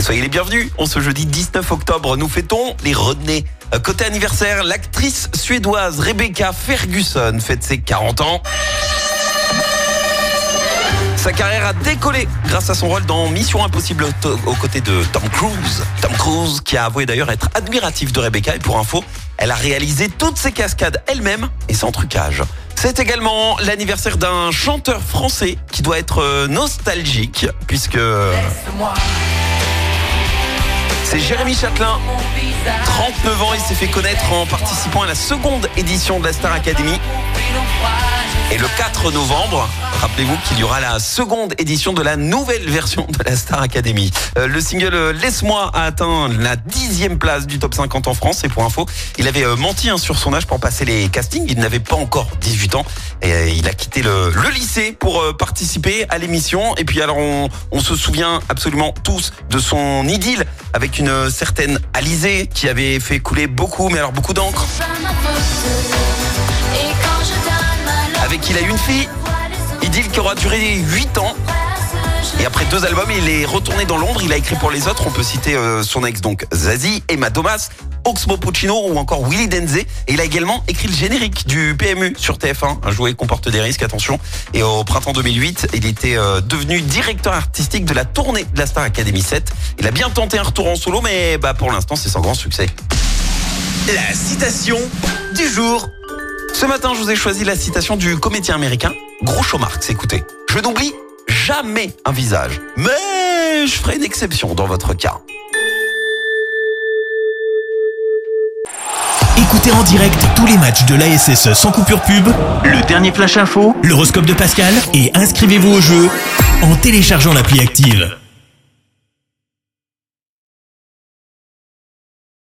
Soyez les bienvenus. En ce jeudi 19 octobre, nous fêtons les Rodney. Côté anniversaire, l'actrice suédoise Rebecca Ferguson fête ses 40 ans. Sa carrière a décollé grâce à son rôle dans Mission Impossible aux côtés de Tom Cruise. Tom Cruise qui a avoué d'ailleurs être admiratif de Rebecca et pour info, elle a réalisé toutes ses cascades elle-même et sans trucage. C'est également l'anniversaire d'un chanteur français qui doit être nostalgique puisque c'est Jérémy Châtelain. 39 ans, il s'est fait connaître en participant à la seconde édition de la Star Academy. Et le 4 novembre, rappelez-vous qu'il y aura la seconde édition de la nouvelle version de la Star Academy. Le single Laisse-moi a atteint la 10e place du top 50 en France. Et pour info, il avait menti sur son âge pour passer les castings. Il n'avait pas encore 18 ans. Et il a quitté le lycée pour participer à l'émission. Et puis alors, on se souvient absolument tous de son idylle avec une certaine Alizée qui avait fait couler beaucoup d'encre. Avec qui il a eu une fille, idylle qui aura duré 8 ans. Et après 2 albums, il est retourné dans l'ombre. Il a écrit pour les autres. On peut citer son ex, donc Zazie, Emma Thomas, Oxmo Puccino ou encore Willy Denzé. Et il a également écrit le générique du PMU sur TF1. Un jouet comporte des risques, attention. Et au printemps 2008, il était devenu directeur artistique de la tournée de la Star Academy 7. Il a bien tenté un retour en solo, mais pour l'instant, c'est sans grand succès. La citation du jour. Ce matin, je vous ai choisi la citation du comédien américain Groucho Marx. Écoutez, je n'oublie jamais un visage, mais je ferai une exception dans votre cas. Écoutez en direct tous les matchs de l'ASSE sans coupure pub, le dernier flash info, l'horoscope de Pascal et inscrivez-vous au jeu en téléchargeant l'appli Active.